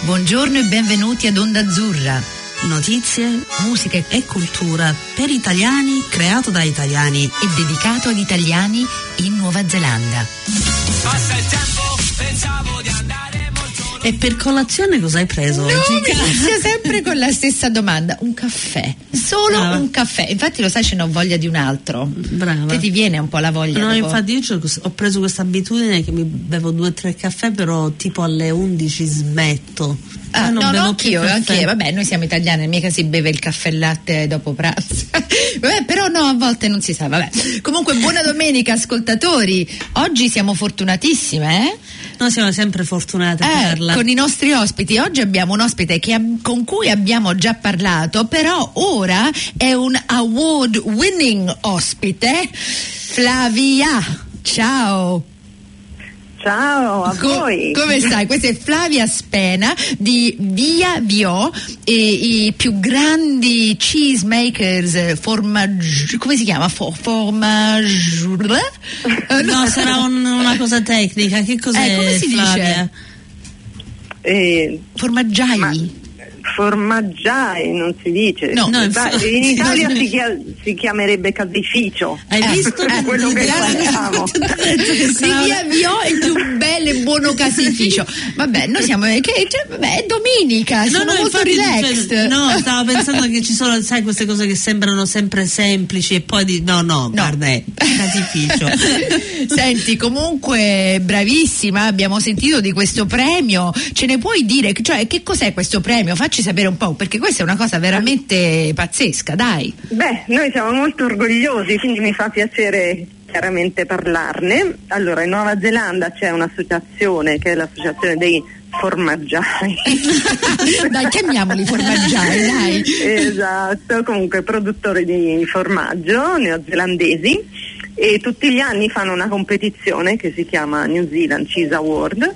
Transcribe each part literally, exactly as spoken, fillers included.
Buongiorno e benvenuti ad Onda Azzurra. Notizie, musica e cultura per italiani, creato da italiani e dedicato ad italiani in Nuova Zelanda. Passa il tempo, pensavo di andare molto. E per colazione cosa hai preso? No, mi inizia sempre con la stessa domanda. Un caffè, solo Brava. un caffè. Infatti lo sai, ce n'ho voglia di un altro. Brava. Te ti viene un po' la voglia? No, dopo? infatti io ho preso questa abitudine che mi bevo due o tre caffè, però tipo alle undici smetto. Ah, no, no, anch'io, anch'io, vabbè, noi siamo italiani, mica si beve il caffè e latte dopo pranzo. Vabbè, però no, a volte non si sa, vabbè. Comunque, buona domenica, ascoltatori. Oggi siamo fortunatissime, eh? Noi siamo sempre fortunate, eh, Carla. Con i nostri ospiti. Oggi abbiamo un ospite che, con cui abbiamo già parlato, però ora è un award winning ospite, Flavia. Ciao. Ciao a Co- voi. Come stai? Questa è Flavia Spena di Via Viò, e i più grandi cheesemakers formaggi, come si chiama? For- formaggi uh, no, sarà un, una cosa tecnica. Che cos'è, eh, come si Flavia? dice? Eh, Formaggiai. ma- Formaggiai non si dice. No, no, Beh, in Italia no, si, chia- si chiamerebbe caseificio. Hai eh, visto eh, quello che facciamo? Di Via Viò il più bello e buono caseificio. Vabbè, noi siamo che cioè, vabbè, è domenica, no, sono no, molto infatti, relaxed. Cioè, no, stavo pensando che ci sono, sai, queste cose che sembrano sempre semplici e poi di no, no, no. guarda, è caseificio. Senti, comunque bravissima, abbiamo sentito di questo premio. Ce ne puoi dire, cioè, che cos'è questo premio? Facci sapere un po', perché questa è una cosa veramente pazzesca, dai. Beh, noi siamo molto orgogliosi, quindi mi fa piacere chiaramente parlarne. Allora, in Nuova Zelanda c'è un'associazione che è l'associazione dei formaggiai. Dai, chiamiamoli formaggiai, dai. Esatto, comunque produttori di formaggio neozelandesi, e tutti gli anni fanno una competizione che si chiama New Zealand Cheese Award.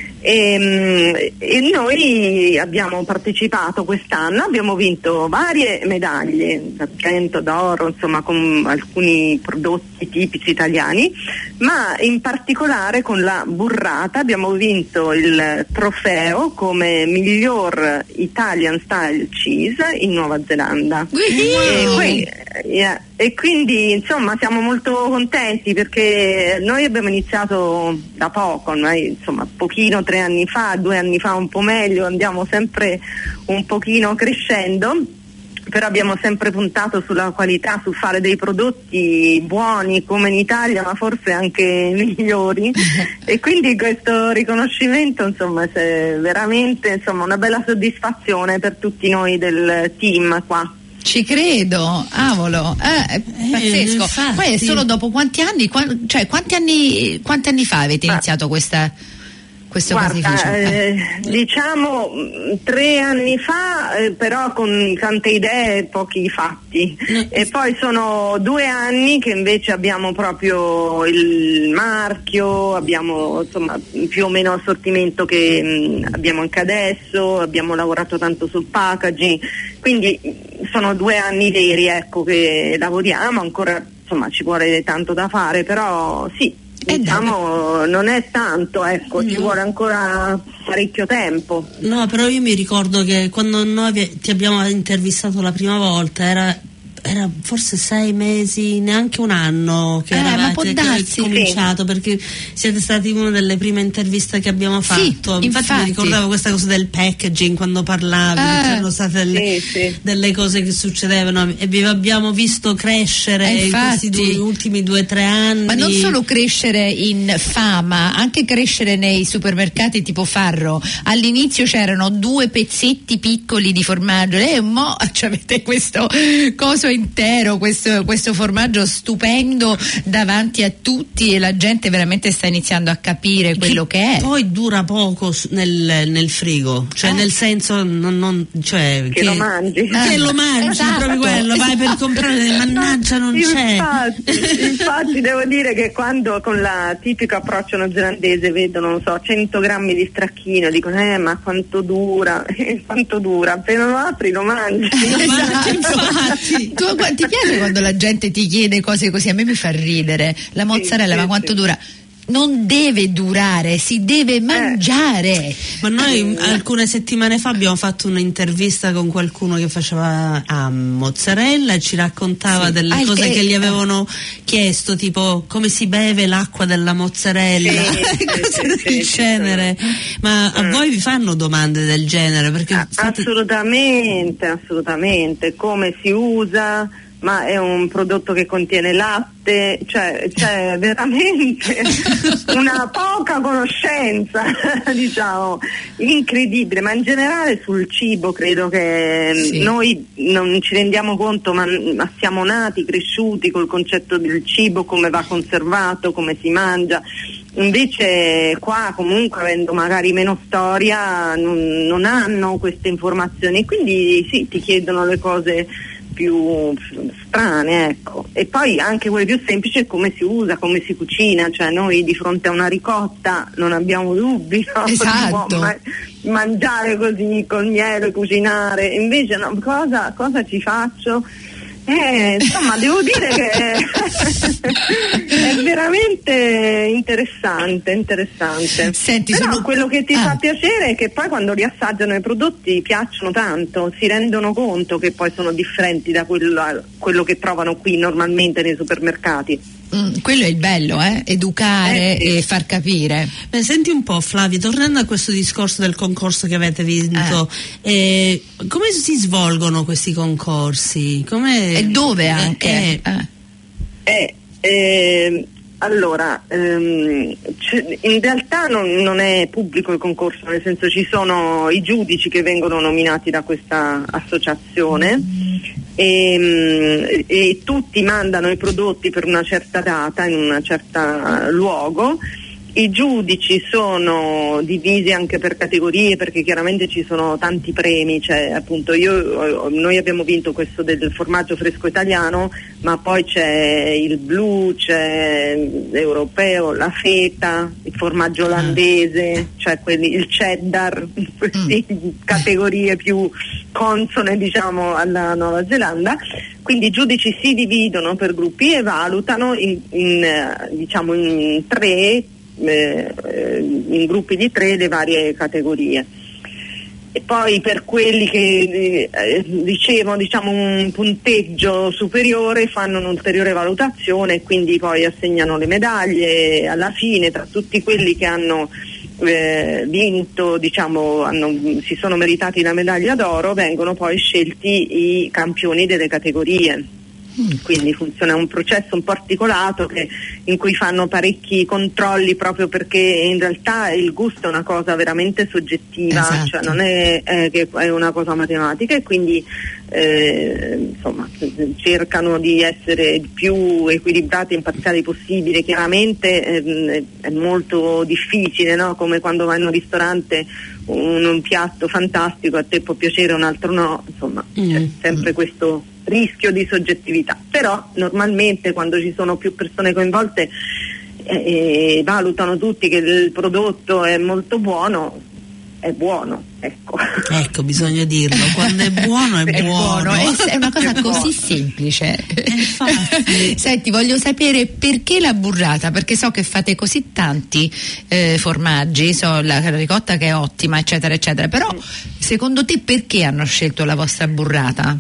E, e noi abbiamo partecipato quest'anno, abbiamo vinto varie medaglie d'argento, d'oro, insomma, con alcuni prodotti tipici italiani, ma in particolare con la burrata abbiamo vinto il trofeo come miglior Italian style cheese in Nuova Zelanda. E, poi, yeah, e quindi insomma siamo molto contenti, perché noi abbiamo iniziato da poco, noi, insomma pochino, tre anni fa, due anni fa un po' meglio, andiamo sempre un pochino crescendo, però abbiamo sempre puntato sulla qualità, su fare dei prodotti buoni come in Italia, ma forse anche migliori. E quindi questo riconoscimento, insomma, è veramente, insomma, una bella soddisfazione per tutti noi del team qua. Ci credo, avolo, eh, è pazzesco. Eh, Poi è solo dopo quanti anni, qua, cioè quanti anni, quanti anni fa avete Ma, iniziato questa, questo guarda, caseificio? Eh, diciamo tre anni fa, eh, però con tante idee e pochi fatti. No. E poi sono due anni che invece abbiamo proprio il marchio, abbiamo insomma più o meno assortimento che mh, abbiamo anche adesso, abbiamo lavorato tanto sul packaging, quindi sono due anni veri, ecco, che lavoriamo, ancora insomma ci vuole tanto da fare, però sì, Eh, diciamo non è tanto, ecco, No. ci vuole ancora parecchio tempo. No, però io mi ricordo che quando noi ti abbiamo intervistato la prima volta era, era forse sei mesi, neanche un anno che Eh, ma eravate può che darsi. avete cominciato, perché siete stati una delle prime interviste che abbiamo fatto. Sì, infatti, infatti. mi ricordavo questa cosa del packaging quando parlavi, Eh, che c'erano state delle, sì, sì. delle cose che succedevano e vi abbiamo visto crescere Eh, in questi infatti. due, ultimi due o tre anni. Ma non solo crescere in fama, anche crescere nei supermercati tipo Farro. All'inizio c'erano due pezzetti piccoli di formaggio e mo avete questo coso intero, questo, questo formaggio stupendo davanti a tutti, e la gente veramente sta iniziando a capire quello che, è. Poi dura poco s- nel, nel frigo, cioè Eh. nel senso non, non cioè, Che lo mangi. che Eh, lo mangi, esatto. proprio quello, vai per comprare, mannaggia non c'è. Infatti, infatti devo dire che quando con la tipico approccio neozelandese vedono, non so, cento grammi di stracchino, dicono eh ma quanto dura, quanto dura, appena lo apri lo mangi. Esatto, infatti. Tu, ti piace quando la gente ti chiede cose così? A me mi fa ridere. La mozzarella, sì, ma quanto sì. dura? non deve durare, si deve mangiare. Eh. Ma noi alcune settimane fa abbiamo fatto un'intervista con qualcuno che faceva a mozzarella e ci raccontava sì. delle ah, cose che, che gli avevano chiesto, tipo come si beve l'acqua della mozzarella, sì, cose sì, del sì, genere. Sì. Ma a mm. voi vi fanno domande del genere? Perché ah, state... Assolutamente, assolutamente. Come si usa? Ma è un prodotto che contiene latte, cioè c'è veramente una poca conoscenza, diciamo, incredibile, ma in generale sul cibo credo che sì. noi non ci rendiamo conto, ma, ma siamo nati, cresciuti col concetto del cibo, come va conservato, come si mangia. Invece qua comunque, avendo magari meno storia, non, non hanno queste informazioni, quindi sì, ti chiedono le cose più strane, ecco. E poi anche quelle più semplici è come si usa, come si cucina, cioè noi di fronte a una ricotta non abbiamo dubbi, no? Esatto. Ma- mangiare così col miele, cucinare, invece no, cosa, cosa ci faccio? Eh, insomma, devo dire che è veramente interessante, interessante. Senti, Però sono... quello che ti ah. fa piacere è che poi quando li assaggiano i prodotti piacciono tanto, si rendono conto che poi sono differenti da quello, quello che trovano qui normalmente nei supermercati. Mm, quello è il bello, eh? Educare eh, sì. e far capire. Beh, senti un po', Flavio, tornando a questo discorso del concorso che avete vinto, eh. Eh, come si svolgono questi concorsi? Come... E dove anche? Eh, eh. Eh, eh, allora, ehm, in realtà non, non è pubblico il concorso, nel senso ci sono i giudici che vengono nominati da questa associazione. Mm. E, e tutti mandano i prodotti per una certa data in un certo luogo. I giudici sono divisi anche per categorie, perché chiaramente ci sono tanti premi, cioè appunto io, noi abbiamo vinto questo del formaggio fresco italiano, ma poi c'è il blu, c'è l'europeo, la feta, il formaggio olandese, cioè quelli, il cheddar, queste mm. categorie più consone, diciamo, alla Nuova Zelanda. Quindi i giudici si dividono per gruppi e valutano in, in diciamo in tre Eh, in gruppi di tre le varie categorie, e poi per quelli che eh, ricevono diciamo un punteggio superiore fanno un'ulteriore valutazione e quindi poi assegnano le medaglie. Alla fine, tra tutti quelli che hanno eh, vinto, diciamo hanno, si sono meritati la medaglia d'oro, vengono poi scelti i campioni delle categorie. Quindi funziona un processo un po' articolato che, in cui fanno parecchi controlli, proprio perché in realtà il gusto è una cosa veramente soggettiva, esatto. Cioè non è, è che è una cosa matematica, e quindi eh, insomma cercano di essere più equilibrati e imparziali possibile. Chiaramente eh, è molto difficile, no? Come quando vai in un ristorante, un, un piatto fantastico, a te può piacere, un altro no, insomma mm. c'è sempre questo rischio di soggettività, però normalmente quando ci sono più persone coinvolte eh, eh, valutano tutti che il prodotto è molto buono, è buono, ecco. Ecco, bisogna dirlo, quando è buono è, è buono, buono. È, è una cosa è così buono. Semplice. Infatti. Senti, voglio sapere perché la burrata, perché so che fate così tanti eh, formaggi, so la ricotta che è ottima, eccetera eccetera, però secondo te perché hanno scelto la vostra burrata?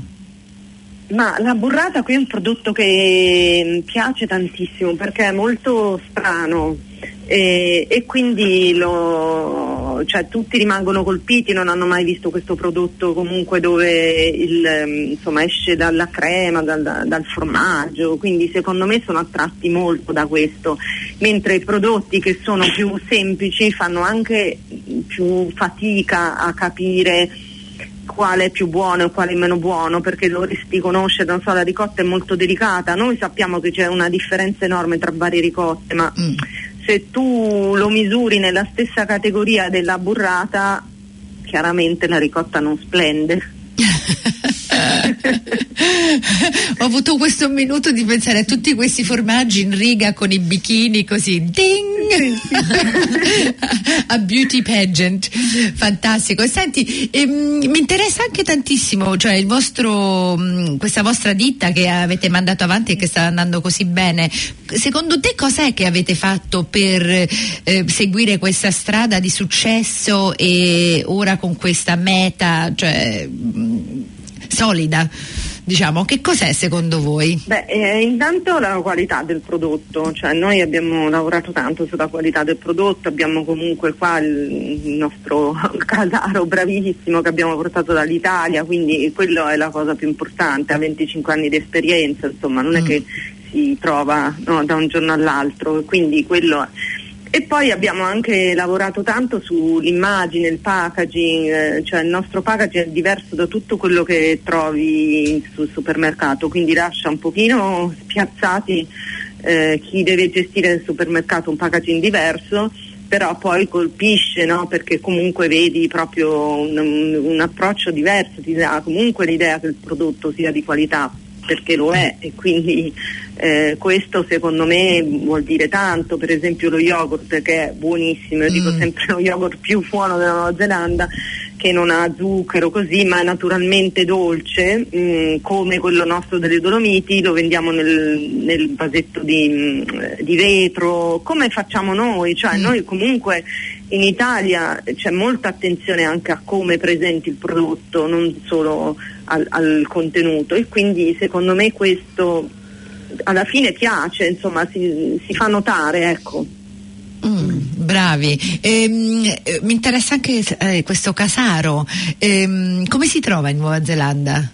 Ma la burrata qui è un prodotto che piace tantissimo perché è molto strano e, e quindi lo, cioè, tutti rimangono colpiti, non hanno mai visto questo prodotto comunque dove il, insomma, esce dalla crema, dal, dal formaggio, quindi secondo me sono attratti molto da questo, mentre i prodotti che sono più semplici fanno anche più fatica a capire quale è più buono e quale è meno buono, perché dovresti conoscere, non so, la ricotta è molto delicata, noi sappiamo che c'è una differenza enorme tra varie ricotte, ma mm. se tu lo misuri nella stessa categoria della burrata, chiaramente la ricotta non splende. Ho avuto questo minuto di pensare a tutti questi formaggi in riga con i bikini così ding a beauty pageant. Fantastico. E senti, ehm, mi interessa anche tantissimo, cioè il vostro mh, questa vostra ditta che avete mandato avanti e che sta andando così bene. Secondo te cos'è che avete fatto per eh, seguire questa strada di successo e ora con questa meta, cioè mh, solida? Diciamo, che cos'è secondo voi? Beh, eh, intanto la qualità del prodotto, cioè noi abbiamo lavorato tanto sulla qualità del prodotto, abbiamo comunque qua il, il nostro casaro bravissimo che abbiamo portato dall'Italia, quindi quello è la cosa più importante, ha venticinque anni di esperienza, insomma non è mm. che si trova, no, da un giorno all'altro, quindi quello. E poi abbiamo anche lavorato tanto sull'immagine, il packaging, eh, cioè il nostro packaging è diverso da tutto quello che trovi sul supermercato, quindi lascia un pochino spiazzati eh, chi deve gestire nel supermercato un packaging diverso, però poi colpisce, no? Perché comunque vedi proprio un, un approccio diverso, ti dà comunque l'idea che il prodotto sia di qualità, perché lo è, e quindi eh, questo secondo me vuol dire tanto. Per esempio lo yogurt, che è buonissimo, io mm. dico sempre lo yogurt più buono della Nuova Zelanda, che non ha zucchero così, ma è naturalmente dolce, mh, come quello nostro delle Dolomiti, lo vendiamo nel, nel vasetto di, mh, di vetro, come facciamo noi, cioè mm. noi comunque in Italia c'è molta attenzione anche a come presenti il prodotto, non solo al, al contenuto, e quindi secondo me questo alla fine piace, insomma si, si fa notare, ecco. Mm, bravi. Ehm, eh, mi interessa anche eh, questo casaro. Ehm, come si trova in Nuova Zelanda?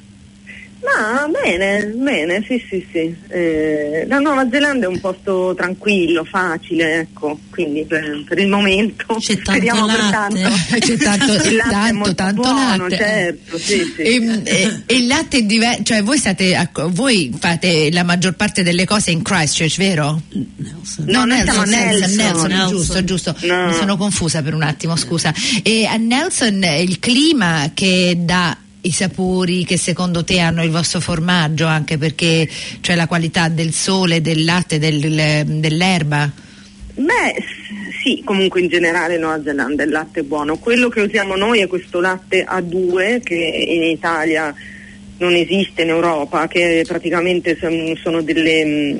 Ma bene, bene, sì, sì, sì. Eh, la Nuova Zelanda è un posto tranquillo, facile, ecco, quindi per, per il momento c'è tanto speriamo latte. per tanto. C'è tanto, il latte tanto, è molto tanto buono, latte. certo, sì, sì. E, e, e il latte è diverso, cioè voi state, voi fate la maggior parte delle cose in Christchurch, vero? Nelson. No, No, noi Nelson, siamo a Nelson, Nelson. Nelson, Nelson. giusto, giusto. No. Mi sono confusa per un attimo, scusa. E a Nelson il clima che dà i sapori che secondo te hanno il vostro formaggio, anche perché c'è la qualità del sole, del latte, del, dell'erba? Beh, sì, comunque in generale in Nuova Zelanda il latte è buono. Quello che usiamo noi è questo latte A due che in Italia non esiste, in Europa, che praticamente sono, sono delle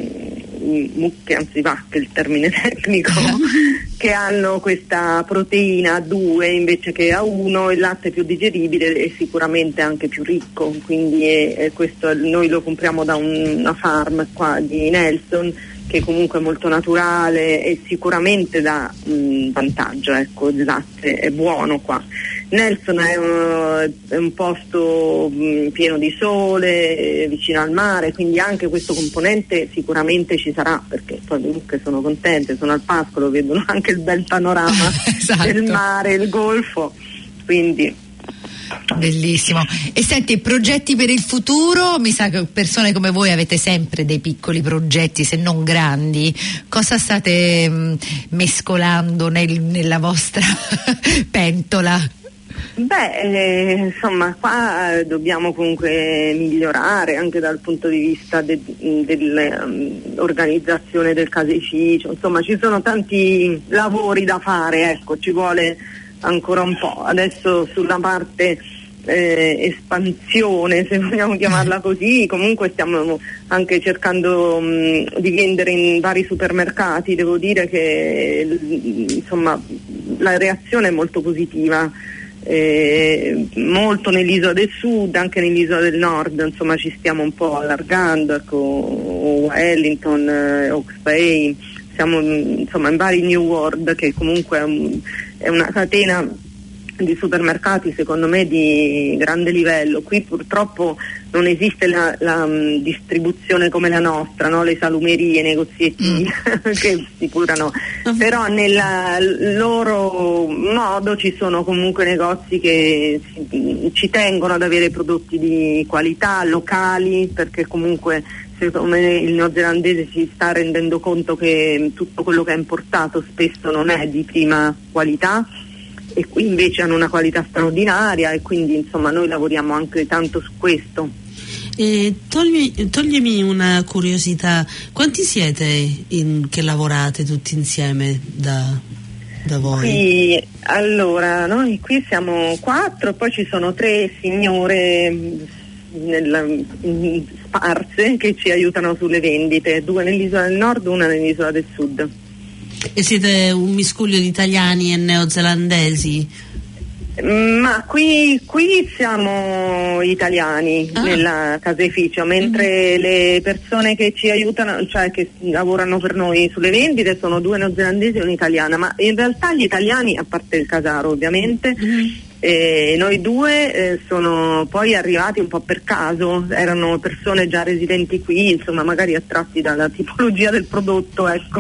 mh, mucche, anzi vacche il termine tecnico, che hanno questa proteina A due invece che A uno. Il latte è più digeribile e sicuramente anche più ricco, quindi è, è questo, noi lo compriamo da un, una farm qua di Nelson, che comunque è molto naturale e sicuramente dà un vantaggio, ecco, il latte è buono qua. Nelson è un, è un posto mh, pieno di sole, eh, vicino al mare, quindi anche questo componente sicuramente ci sarà, perché poi comunque sono contente, sono al pascolo, vedono anche il bel panorama esatto. del mare, il golfo, quindi bellissimo. E senti, progetti per il futuro? Mi sa che persone come voi avete sempre dei piccoli progetti, se non grandi. Cosa state mh, mescolando nel, nella vostra pentola? Beh, eh, insomma, qua eh, dobbiamo comunque migliorare anche dal punto di vista dell'organizzazione de, um, del caseificio, insomma ci sono tanti lavori da fare, ecco, ci vuole ancora un po'. Adesso sulla parte eh, espansione, se vogliamo chiamarla così, comunque stiamo anche cercando mh, di vendere in vari supermercati, devo dire che insomma la reazione è molto positiva. Eh, molto nell'isola del sud, anche nell'isola del nord, insomma ci stiamo un po' allargando, ecco, Wellington, eh, Hawke's Bay, siamo insomma in vari New World, che comunque è, un, è una catena di supermercati secondo me di grande livello. Qui purtroppo non esiste la, la um, distribuzione come la nostra, no? Le salumerie, i negozietti mm. che si curano, però nel loro modo ci sono comunque negozi che ci, ci tengono ad avere prodotti di qualità, locali, perché comunque secondo me il neozelandese si sta rendendo conto che tutto quello che è importato spesso non è di prima qualità, e qui invece hanno una qualità straordinaria, e quindi insomma noi lavoriamo anche tanto su questo. E togli, toglimi una curiosità, quanti siete in, che lavorate tutti insieme da... da voi? Qui, allora, noi qui siamo quattro, poi ci sono tre signore nella, sparse che ci aiutano sulle vendite, due nell'isola del nord, una nell'isola del sud. E siete un miscuglio di italiani e neozelandesi? Ma qui, qui siamo italiani ah. nella caseificio, mentre mm. le persone che ci aiutano, cioè che lavorano per noi sulle vendite, sono due neozelandesi e un'italiana, ma in realtà gli italiani, a parte il Casaro ovviamente, mm. eh, noi due eh, sono poi arrivati un po' per caso, erano persone già residenti qui, insomma magari attratti dalla tipologia del prodotto, ecco.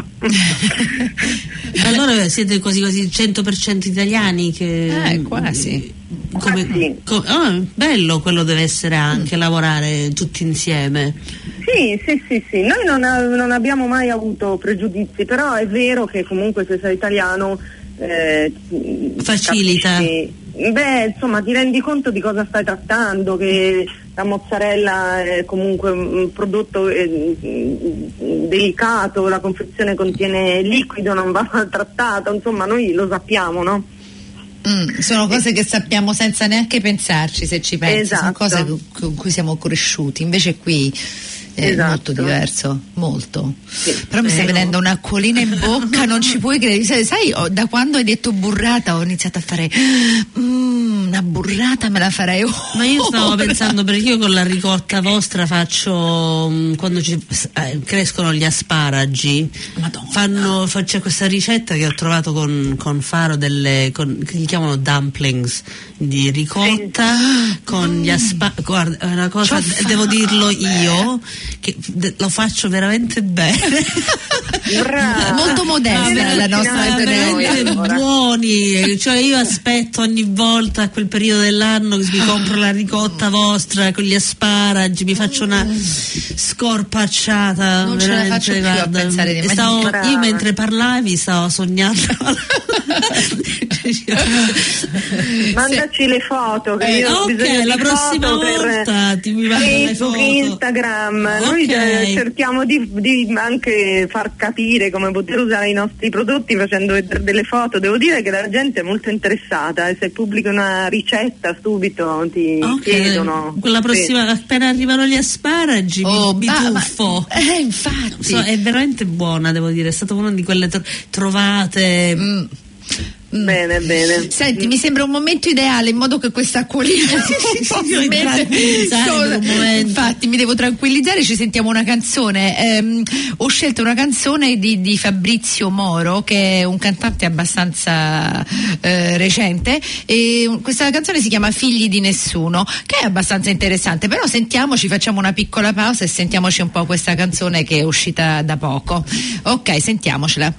Allora siete quasi quasi cento per cento italiani che... Eh, quasi. Come, ah, sì. co- oh, bello quello deve essere anche, mm. lavorare tutti insieme. Sì, sì, sì, sì. Noi non, ha, non abbiamo mai avuto pregiudizi, però è vero che comunque se sei italiano eh, facilita. Capisci, beh, insomma, ti rendi conto di cosa stai trattando, che la mozzarella è comunque un prodotto eh, delicato, la confezione contiene liquido, non va maltrattato, insomma noi lo sappiamo, no? Mm, sono cose che sappiamo senza neanche pensarci, se ci pensi, esatto. Sono cose con cui siamo cresciuti, invece qui è esatto. molto diverso, molto. Sì, però mi sta venendo un'acquolina in bocca, non ci puoi credere. Sai, ho, da quando hai detto burrata ho iniziato a fare mm, una burrata me la farei. Oh, ma io stavo oh, pensando, perché io con la ricotta vostra faccio quando ci, eh, crescono gli asparagi. Madonna. Fanno, c'è questa ricetta che ho trovato con, con Faro delle con, che li chiamano dumplings di ricotta sì. con gli asparagi. Guarda, è una cosa, devo dirlo io, che lo faccio veramente bene. Molto modesta la nostra, veramente buoni, cioè io aspetto ogni volta quel periodo dell'anno che mi compro la ricotta vostra con gli asparagi, mi faccio una scorpacciata, non ce la faccio più a pensare di stavo, io mentre parlavi stavo sognando. Mandaci le foto che eh, io ho ok, la prossima volta ti mi mando le foto. Instagram, okay. Noi eh, cerchiamo di, di anche far capire come poter usare i nostri prodotti facendo vedere delle foto. Devo dire che la gente è molto interessata e se pubblichi una ricetta subito ti okay. chiedono. Quella prossima, appena arrivano gli asparagi oh, mi, ma, mi tuffo. Ma, eh, infatti so, è veramente buona, devo dire, è stata una di quelle tro- trovate mm. Bene, bene. Senti, mm. mi sembra un momento ideale in modo che questa acquolina si possa tranquillizzare. Infatti, mi devo tranquillizzare. Ci sentiamo una canzone. Ehm, ho scelto una canzone di, di Fabrizio Moro, che è un cantante abbastanza eh, recente. E questa canzone si chiama Figli di Nessuno, che è abbastanza interessante. Però sentiamoci, facciamo una piccola pausa e sentiamoci un po' questa canzone che è uscita da poco. Ok, sentiamocela.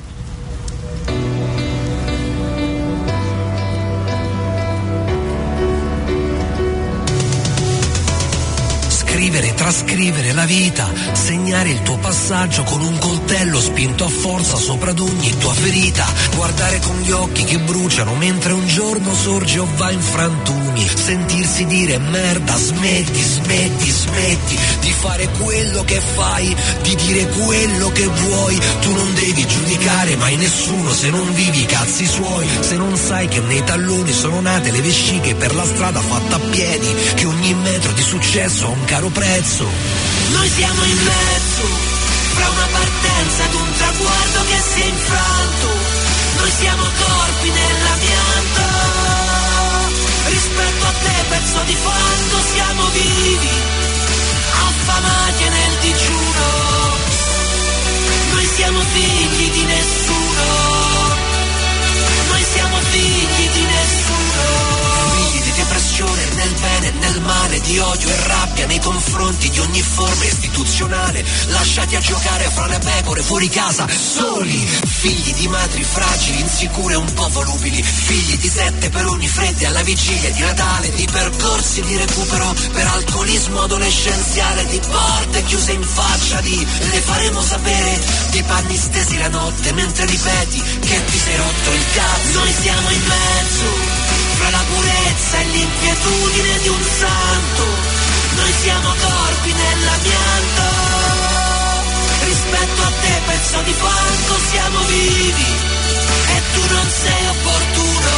Scrivere, trascrivere la vita, segnare il tuo passaggio con un coltello spinto a forza sopra ad ogni tua ferita, guardare con gli occhi che bruciano mentre un giorno sorge o va in frantumi, sentirsi dire merda, smetti, smetti, smetti di fare quello che fai, di dire quello che vuoi, tu non devi giudicare mai nessuno se non vivi i cazzi suoi, se non sai che nei talloni sono nate le vesciche per la strada fatta a piedi, che ogni metro di successo ha un caro prezzo. Noi siamo in mezzo fra una partenza ed un traguardo che si è infranto. Noi siamo corpi nell'amianto. Rispetto a te pezzo di fango, siamo vivi affamati nel digiuno. Noi siamo figli di nessuno. Noi siamo figli di nessuno. Depressione nel bene e nel male, di odio e rabbia nei confronti di ogni forma istituzionale, lasciati a giocare fra le pecore fuori casa, soli, figli di madri fragili, insicure e un po' volubili, figli di sette peroni freddi alla vigilia di Natale, di percorsi di recupero per alcolismo adolescenziale, di porte chiuse in faccia, di le faremo sapere, di panni stesi la notte mentre ripeti che ti sei rotto il cazzo. Noi siamo in mezzo fra la purezza e l'inquietudine di un santo, noi siamo corpi nell'amianto, rispetto a te pezzo di fango siamo vivi, e tu non sei opportuno.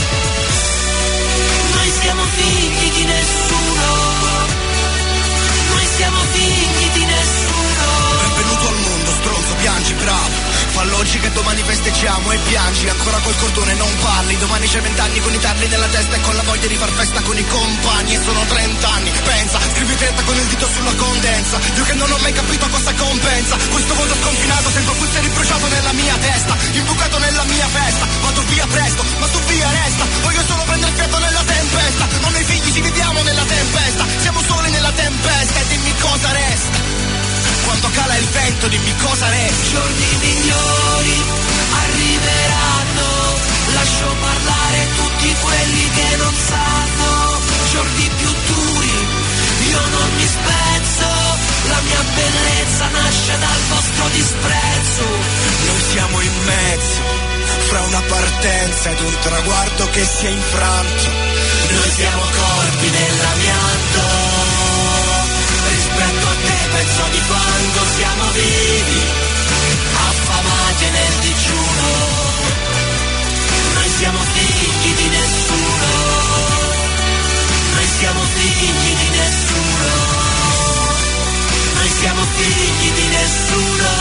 Noi siamo figli di nessuno, noi siamo figli di nessuno. Benvenuto al mondo, stronzo, piangi, bravo. Fa logica che domani festeggiamo e piangi ancora col cordone, non parli. Domani c'è vent'anni con i tarli nella testa e con la voglia di far festa con i compagni. E sono trent'anni, pensa, scrivi trenta con il dito sulla condensa. Io che non ho mai capito cosa compensa questo voto sconfinato, sento pulsare bruciato nella mia testa, imbucato nella mia festa. Vado via presto, ma tu via resta. Voglio solo prendere fiato nella tempesta. Ma noi figli ci viviamo nella tempesta, siamo soli nella tempesta. E dimmi cosa resta quando cala il vento, dimmi cosa resta. Giorni migliori arriveranno, lascio parlare tutti quelli che non sanno. Giorni più duri, io non mi spezzo, la mia bellezza nasce dal vostro disprezzo. Noi siamo in mezzo, fra una partenza ed un traguardo che si è infranto. Noi siamo corpi nell'amianto, rispetto a te pezzo di fango, siamo vivi, affamati nel digiuno. Noi siamo figli di nessuno, noi siamo figli di nessuno, noi siamo figli di nessuno.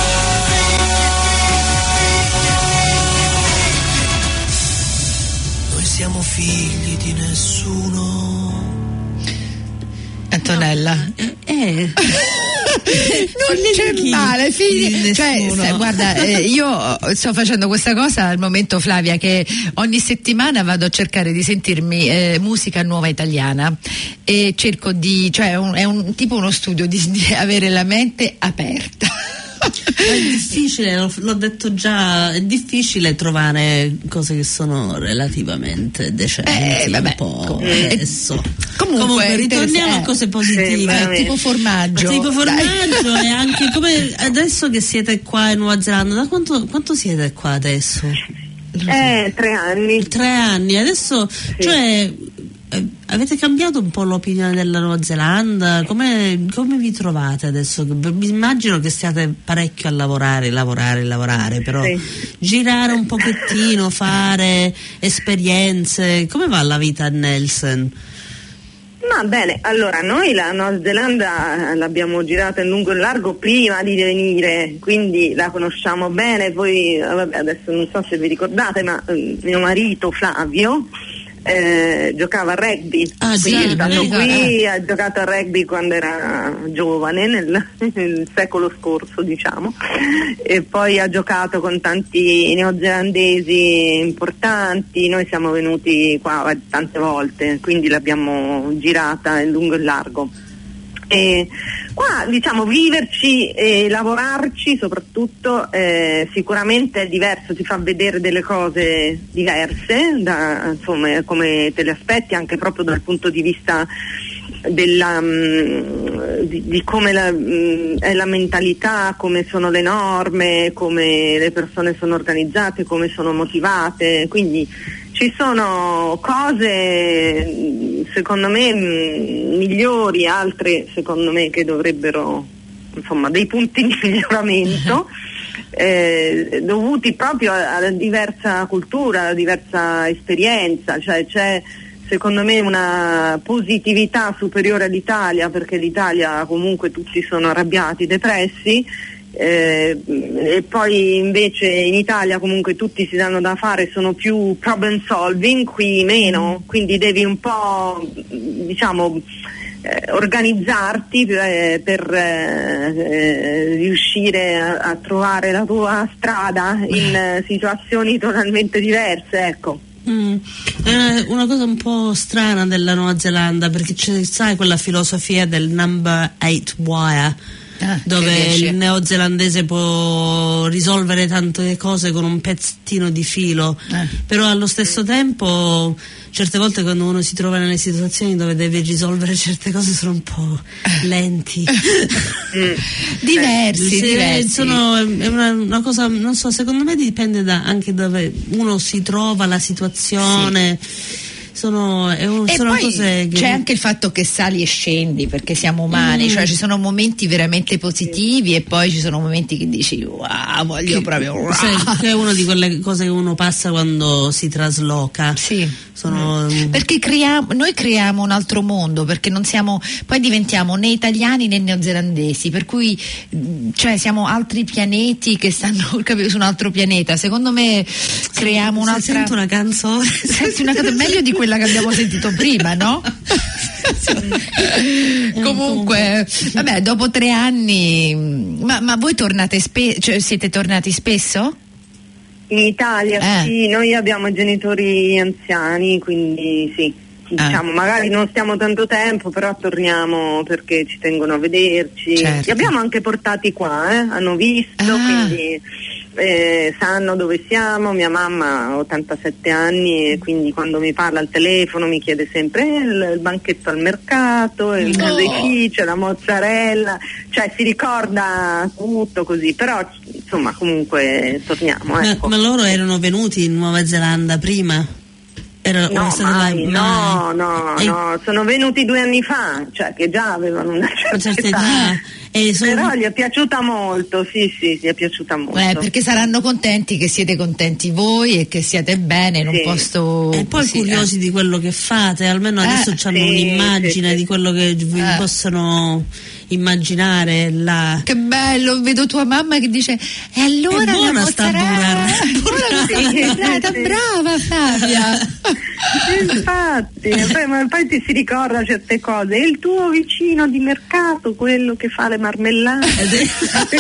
Noi siamo figli di nessuno. Antonella. No, eh. Non c'è male, figli. Cioè, sta, guarda, eh, io sto facendo questa cosa al momento, Flavia, che ogni settimana vado a cercare di sentirmi eh, musica nuova italiana e cerco di, cioè un, è un tipo uno studio di, di avere la mente aperta. È difficile, l'ho, l'ho detto già, è difficile trovare cose che sono relativamente decenti. Eh, vabbè, un po' comunque, adesso. Comunque, comunque ritorniamo eh, a cose positive, sì, tipo formaggio. Tipo formaggio e anche come adesso che siete qua in Nuova Zelanda, da quanto, quanto siete qua adesso? Eh, tre anni. Tre anni, adesso, sì. Cioè, eh, avete cambiato un po' l'opinione della Nuova Zelanda? Come, come vi trovate adesso? Mi immagino che stiate parecchio a lavorare, lavorare, lavorare, però sì. Girare un pochettino, fare esperienze. Come va la vita a Nelson? Ma bene, allora noi la Nuova Zelanda l'abbiamo girata in lungo e largo prima di venire, quindi la conosciamo bene. Poi vabbè, adesso non so se vi ricordate, ma eh, mio marito Flavio eh, giocava a rugby, ah, quindi sì, è stato qui, eh. ha giocato a rugby quando era giovane, nel, nel secolo scorso diciamo, e poi ha giocato con tanti neozelandesi importanti. Noi siamo venuti qua tante volte, quindi l'abbiamo girata in lungo e largo. E qua diciamo viverci e lavorarci soprattutto eh, sicuramente è diverso, ti fa vedere delle cose diverse da, insomma, come te le aspetti, anche proprio dal punto di vista della, mh, di, di come la, mh, è la mentalità, come sono le norme, come le persone sono organizzate, come sono motivate, quindi ci sono cose secondo me migliori, altre secondo me che dovrebbero, insomma, dei punti di miglioramento eh, dovuti proprio alla diversa cultura, alla diversa esperienza, cioè c'è secondo me una positività superiore all'Italia, perché l'Italia comunque tutti sono arrabbiati, depressi. Eh, e poi invece in Italia comunque tutti si danno da fare, sono più problem solving, qui meno, quindi devi un po' diciamo eh, organizzarti eh, per eh, riuscire a, a trovare la tua strada in eh, situazioni totalmente diverse, ecco. Mm. È una cosa un po' strana della Nuova Zelanda, perché c'è, sai, quella filosofia del number eight wire, ah, dove il neozelandese può risolvere tante cose con un pezzettino di filo, eh. Però allo stesso tempo certe volte quando uno si trova nelle situazioni dove deve risolvere certe cose sono un po' lenti. diversi, sì, diversi. Sono, è una, una cosa, non so, secondo me dipende da anche dove uno si trova, la situazione. Sì. sono, è un, e sono poi cose che... c'è anche il fatto che sali e scendi perché siamo umani, mm. cioè ci sono momenti veramente positivi e poi ci sono momenti che dici wow, voglio che, proprio wow. Sai, che è una di quelle cose che uno passa quando si trasloca. Sì. Sono... Mm. Perché creiamo, noi creiamo un altro mondo, perché non siamo, poi diventiamo né italiani né neozelandesi, per cui cioè siamo altri pianeti che stanno su un altro pianeta. Secondo me creiamo un'altra. Sento una canzone. Senti una canzone meglio di quella che abbiamo sentito prima, no? Comunque, vabbè, dopo tre anni, ma, ma voi tornate spesso, cioè siete tornati spesso? In Italia, eh. sì, noi abbiamo genitori anziani, quindi sì, diciamo, ah. magari non stiamo tanto tempo, però torniamo perché ci tengono a vederci. Certo. Li abbiamo anche portati qua, eh? Hanno visto, ah. quindi eh, sanno dove siamo. Mia mamma ha ottantasette anni e quindi quando mi parla al telefono mi chiede sempre eh, il, il banchetto al mercato, il no. caseificio, la mozzarella, cioè si ricorda tutto così, però insomma comunque torniamo. Ecco. Ma, ma loro erano venuti in Nuova Zelanda prima? Era no, mai, mai. no, no, e... no, sono venuti due anni fa, cioè che già avevano una certa, certa età. età. E sono... Però gli è piaciuta molto, sì, sì, gli è piaciuta molto. Eh, perché saranno contenti che siete contenti voi e che siate bene in sì. un posto. E poi così, curiosi eh. di quello che fate, almeno adesso eh, hanno sì, un'immagine sì, di quello che vi eh. possono immaginare là. Che bello, vedo tua mamma che dice e allora è buona sta burrata, brava Flavia. Infatti, poi, ma poi ti si ricorda certe cose. E il tuo vicino di mercato, quello che fa le marmellate.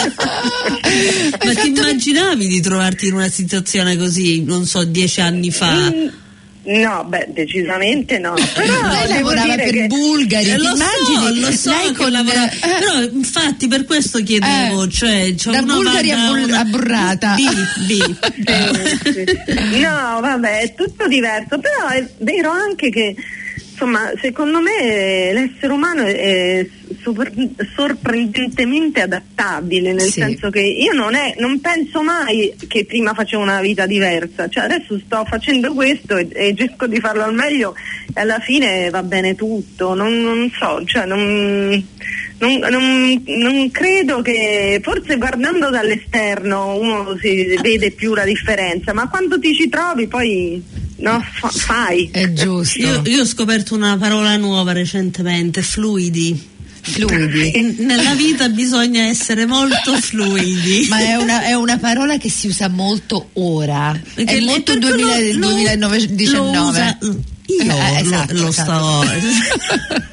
Ma ti immaginavi di trovarti in una situazione così, non so, dieci anni fa? Mm. No, beh, decisamente no. Però lei lavorava per che... Bulgari, eh, ti lo immagini? So, lo so lei che con lavora... eh, però infatti per questo chiedevo, eh, cioè c'è da una Bulgari vaga, a, bull- una... a burrata. B, B. sì, sì, sì. No, vabbè, è tutto diverso, però è vero anche che insomma, secondo me l'essere umano è super, sorprendentemente adattabile, nel sì. senso che io non, è, non penso mai che prima facevo una vita diversa, cioè adesso sto facendo questo e, e cerco di farlo al meglio e alla fine va bene tutto, non, non so, cioè non, non, non, non credo che, forse guardando dall'esterno uno si vede più la differenza, ma quando ti ci trovi poi... No, fa- fai. È giusto. Io, io ho scoperto una parola nuova recentemente, fluidi. Fluidi. Nella vita bisogna essere molto fluidi. Ma è una, è una parola che si usa molto ora. Perché è molto duemila, lo, duemiladiciannove. Lo usa, io eh, esatto, lo, lo esatto. stavo.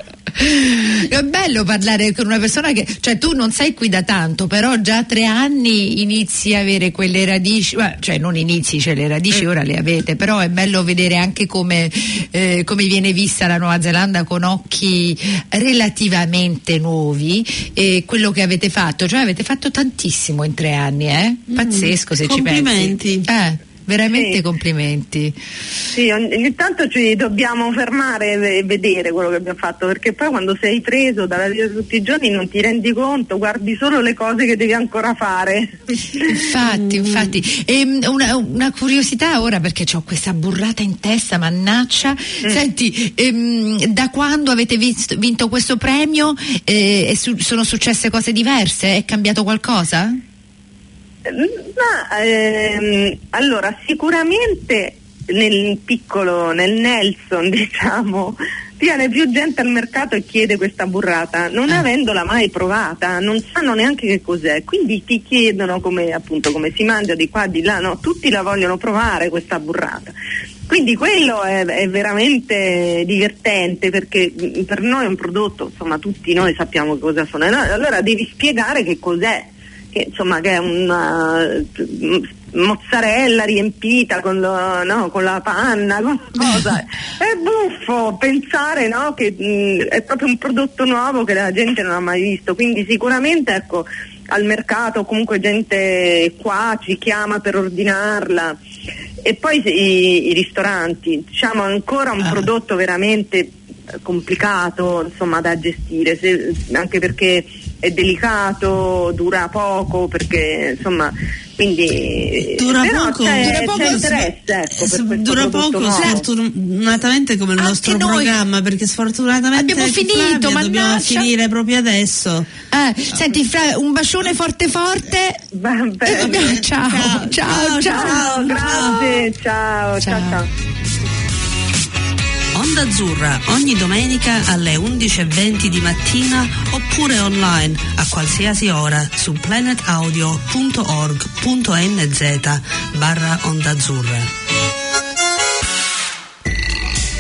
È bello parlare con una persona che, cioè tu non sei qui da tanto, però già tre anni inizi a avere quelle radici, cioè non inizi, cioè le radici ora le avete, però è bello vedere anche come, eh, come viene vista la Nuova Zelanda con occhi relativamente nuovi e quello che avete fatto, cioè avete fatto tantissimo in tre anni, eh? Pazzesco se ci pensi. Complimenti. Eh. Veramente sì. complimenti. Sì, ogni tanto ci dobbiamo fermare e vedere quello che abbiamo fatto, perché poi quando sei preso dalla vita di tutti i giorni non ti rendi conto, guardi solo le cose che devi ancora fare. Infatti, infatti. E una, una curiosità ora, perché ho questa burrata in testa, mannaccia. Mm. Senti, ehm, da quando avete visto, vinto questo premio eh, su, sono successe cose diverse? È cambiato qualcosa? Ma ehm, allora sicuramente nel piccolo, nel Nelson diciamo, viene più gente al mercato e chiede questa burrata, non ah. avendola mai provata, non sanno neanche che cos'è, quindi ti chiedono come appunto come si mangia di qua di là, no, tutti la vogliono provare questa burrata. Quindi quello è, è veramente divertente, perché per noi è un prodotto, insomma tutti noi sappiamo cosa sono, no? Allora devi spiegare che cos'è. Che, insomma, che è una mozzarella riempita con, lo, no, con la panna, con cosa. È buffo pensare, no, che mh, è proprio un prodotto nuovo che la gente non ha mai visto, quindi sicuramente ecco al mercato comunque gente qua ci chiama per ordinarla. E poi i, i ristoranti, diciamo ancora un ah. prodotto veramente complicato insomma da gestire, se, anche perché è delicato, dura poco, perché insomma quindi dura però poco, c'è, dura poco, c'è interesse, ecco, per questo dura poco, nuovo. sfortunatamente come il Anche nostro noi programma, perché sfortunatamente abbiamo finito, Flavia, dobbiamo mannaggia. finire proprio adesso. Eh, senti, Fra, un bacione forte forte. Va bene. E dobbiamo- ciao, ciao, ciao, ciao. Ciao, grazie, ciao, ciao, Ciao. ciao. Onda Azzurra ogni domenica alle undici e venti di mattina oppure online a qualsiasi ora su planetaudio punto org punto nz barra Onda Azzurra.